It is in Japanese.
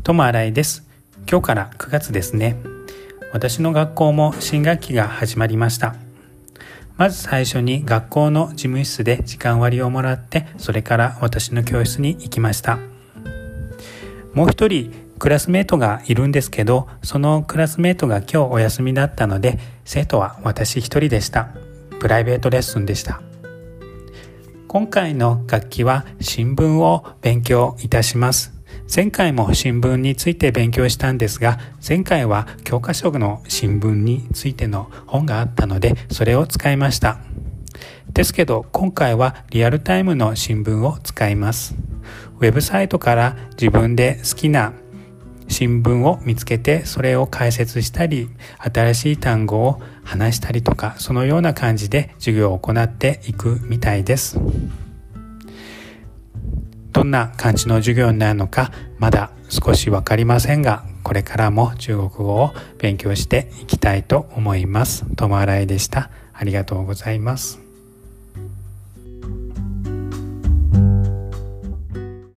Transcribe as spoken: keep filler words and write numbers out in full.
友新井です。今日からくがつですね。私の学校も新学期が始まりました。まず最初に学校の事務室で時間割をもらって、それから私の教室に行きました。もう一人クラスメートがいるんですけど、そのクラスメートが今日お休みだったので、生徒は私一人でした。プライベートレッスンでした。今回の学期は新聞を勉強いたします。前回も新聞について勉強したんですが、前回は教科書の新聞についての本があったので、それを使いました。ですけど、今回はリアルタイムの新聞を使います。ウェブサイトから自分で好きな新聞を見つけて、それを解説したり、新しい単語を話したりとか、そのような感じで授業を行っていくみたいです。どんな感じの授業になるのかまだ少しわかりませんが、これからも中国語を勉強していきたいと思います。友新井でした。ありがとうございます。